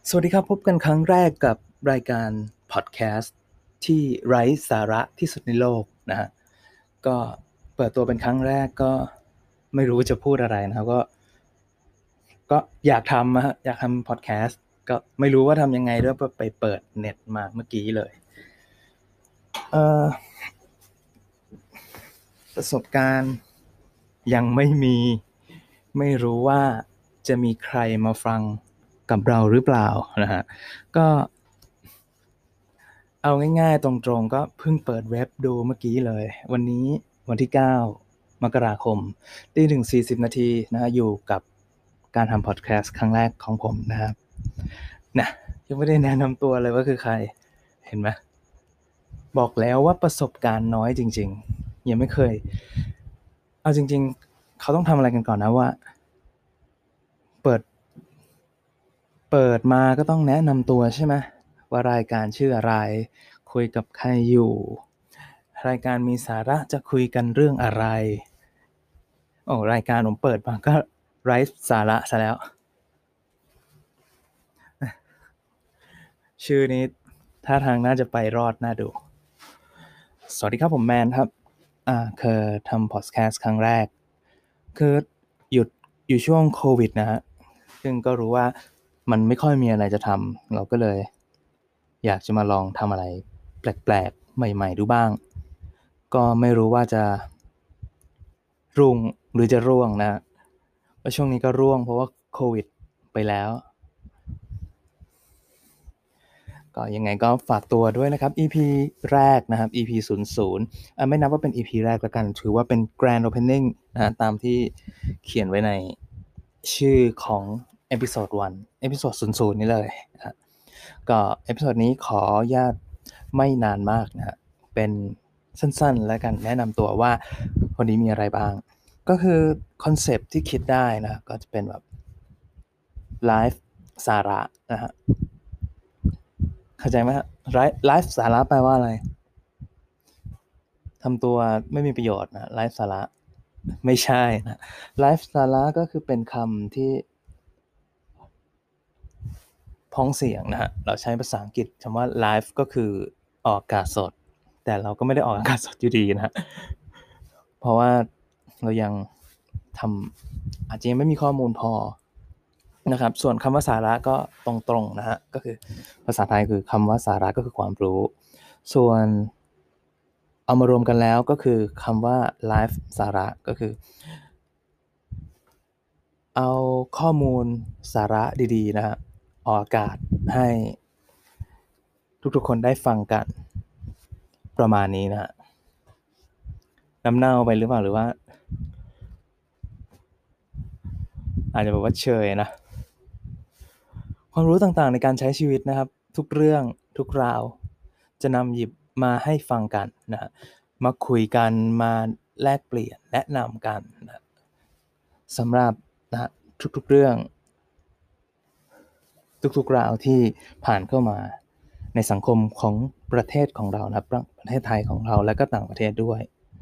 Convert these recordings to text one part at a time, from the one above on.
สวัสดีครับพบกันครั้งแรกกับรายการพอดแคสต์ที่ไร้สาระที่สุดในโลกนะฮะก็เปิดตัวเป็นครั้งแรกก็ไม่รู้จะพูดอะไรนะครับก็อยากทำนะฮะอยากทำพอดแคสต์ก็ไม่รู้ว่าทำยังไงด้วยไปเปิดเน็ตมาเมื่อกี้เลยประสบการณ์ยังไม่มีไม่รู้ว่าจะมีใครมาฟังกับเราหรือเปล่านะฮะก็เอาง่ายๆตรงๆก็เพิ่งเปิดเว็บดูเมื่อกี้เลยวันนี้วันที่9มกราคม1:40นาทีนะฮะอยู่กับการทำพอดแคสต์ครั้งแรกของผมนะครับนะยังไม่ได้แนะนำตัวเลยว่าคือใครเห็นไหมบอกแล้วว่าประสบการณ์น้อยจริงๆยังไม่เคยเอาจริงๆเขาต้องทำอะไรกันก่อนนะว่าเปิดมาก็ต้องแนะนำตัวใช่ไหมว่ารายการชื่ออะไรคุยกับใครอยู่รายการมีสาระจะคุยกันเรื่องอะไรโอ้รายการผมเปิดมาก็ไร้สาระซะแล้วชื่อนี้ท่าทางน่าจะไปรอดน่าดูสวัสดีครับผมแมนครับเคยทำพอดแคสต์ครั้งแรกคือหยุดอยู่ช่วงโควิดนะฮะซึ่งก็รู้ว่ามันไม่ค่อยมีอะไรจะทำเราก็เลยอยากจะมาลองทำอะไรแปลกๆใหม่ๆดูบ้างก็ไม่รู้ว่าจะรุ่งหรือจะร่วงนะว่าช่วงนี้ก็ร่วงเพราะว่าโควิดไปแล้วก็ยังไงก็ฝากตัวด้วยนะครับ EP แรกนะครับ EP 00ไม่นับว่าเป็น EP แรกแล้วกันถือว่าเป็น Grand Opening นะตามที่เขียนไว้ในชื่อของ Episode 1 Episode 00นี่เลยนะก็เอพิโซดนี้ขออนุญาตไม่นานมากนะฮะเป็นสั้นๆแล้วกันแนะนำตัวว่าวันนี้มีอะไรบ้างก็คือคอนเซปต์ที่คิดได้นะก็จะเป็นแบบไลฟ์สาระนะฮะเข้าใจไหมฮะไลฟ์สาระแปลว่าอะไรทำตัวไม่มีประโยชน์นะไลฟ์สาระไม่ใช่นะไลฟ์สาระก็คือเป็นคำที่พ้องเสียงนะฮะเราใช้ภาษาอังกฤษคำว่าไลฟ์ก็คือออกอากาศสดแต่เราก็ไม่ได้ออกอากาศสดอยู่ดีนะฮะเพราะว่าเรายังทำอาจจะยังไม่มีข้อมูลพอนะครับส่วนคำว่าสาระก็ตรงๆนะฮะก็คือภาษาไทยคือคำว่าสาระก็คือความรู้ส่วนเอามารวมกันแล้วก็คือคำว่าไลฟ์สาระก็คือเอาข้อมูลสาระดีๆนะฮะออกอากาศให้ทุกๆคนได้ฟังกันประมาณนี้นะฮะน้ำเน่าไปหรือเปล่าหรือว่าอาจจะแบบว่าเชยนะความรู้ต่างๆในการใช้ชีวิตนะครับทุกเรื่องทุกราวจะนำหยิบมาให้ฟังกันนะฮะมาคุยกันมาแลกเปลี่ยนแนะนำกันนะสำหรับนะฮะทุกๆเรื่องทุกๆราวที่ผ่านเข้ามาในสังคมของประเทศของเรานะครับประเทศไทยของเราและก็ต่างประเทศด้วย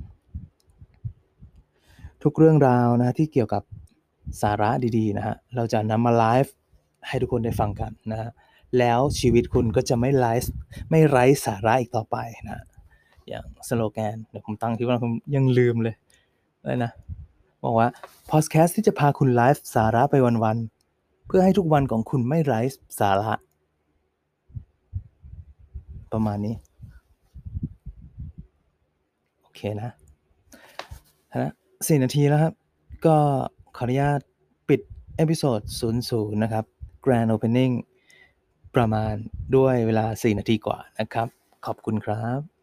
ทุกเรื่องราวนะที่เกี่ยวกับสาระดีๆนะฮะเราจะนำมาไลฟ์ให้ทุกคนได้ฟังกันนะฮะแล้วชีวิตคุณก็จะไม่ไร้สาระอีกต่อไปนะอย่างสโลแกนเดี๋ยวผมตั้งที่ว่าผมยังลืมเลยเลยนะบอกว่าพอดแคสต์ที่จะพาคุณไลฟ์สาระไปวันๆเพื่อให้ทุกวันของคุณไม่ไร้สาระประมาณนี้โอเคนะ4นาทีแล้วครับก็ขออนุญาตปิดเอพิโซด00นะครับ Grand Opening ประมาณด้วยเวลา4นาทีกว่านะครับขอบคุณครับ